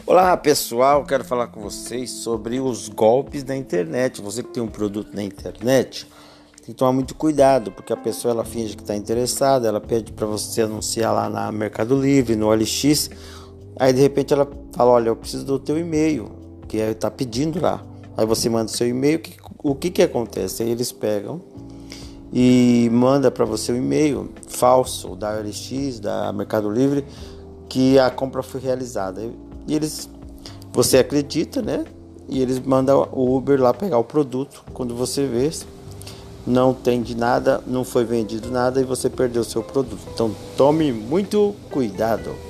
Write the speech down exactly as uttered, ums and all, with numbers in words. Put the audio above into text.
Olá pessoal, quero falar com vocês sobre os golpes da internet. Você que tem um produto na internet, tem que tomar muito cuidado, porque a pessoa ela finge que está interessada, ela pede para você anunciar lá na Mercado Livre, no O L X, aí de repente ela fala, olha, eu preciso do teu e-mail, que está pedindo lá. Aí você manda o seu e-mail, que, o que que acontece? Aí eles pegam e manda para você o e-mail falso da O L X, da Mercado Livre, que a compra foi realizada. E eles, você acredita, né? E eles mandam o Uber lá pegar o produto. Quando você vê, não tem de nada, não foi vendido nada e você perdeu o seu produto. Então tome muito cuidado.